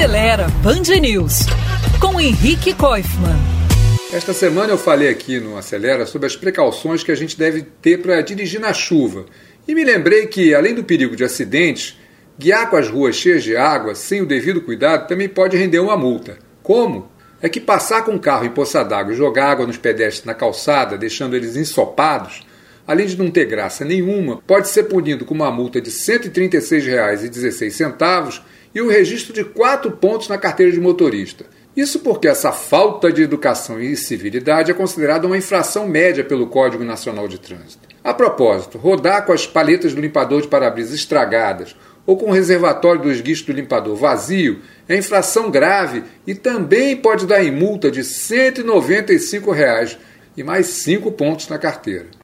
Acelera Band News, com Henrique Koifmann. Esta semana eu falei aqui no Acelera sobre as precauções que a gente deve ter para dirigir na chuva. E me lembrei que, além do perigo de acidentes, guiar com as ruas cheias de água, sem o devido cuidado, também pode render uma multa. Como? É que passar com o carro em poça d'água e jogar água nos pedestres na calçada, deixando eles ensopados, além de não ter graça nenhuma, pode ser punido com uma multa de R$ 136,16 e o registro de 4 pontos na carteira de motorista. Isso porque essa falta de educação e civilidade é considerada uma infração média pelo Código Nacional de Trânsito. A propósito, rodar com as paletas do limpador de para-brisa estragadas ou com o reservatório do esguicho do limpador vazio é infração grave e também pode dar em multa de R$ 195 e mais 5 pontos na carteira.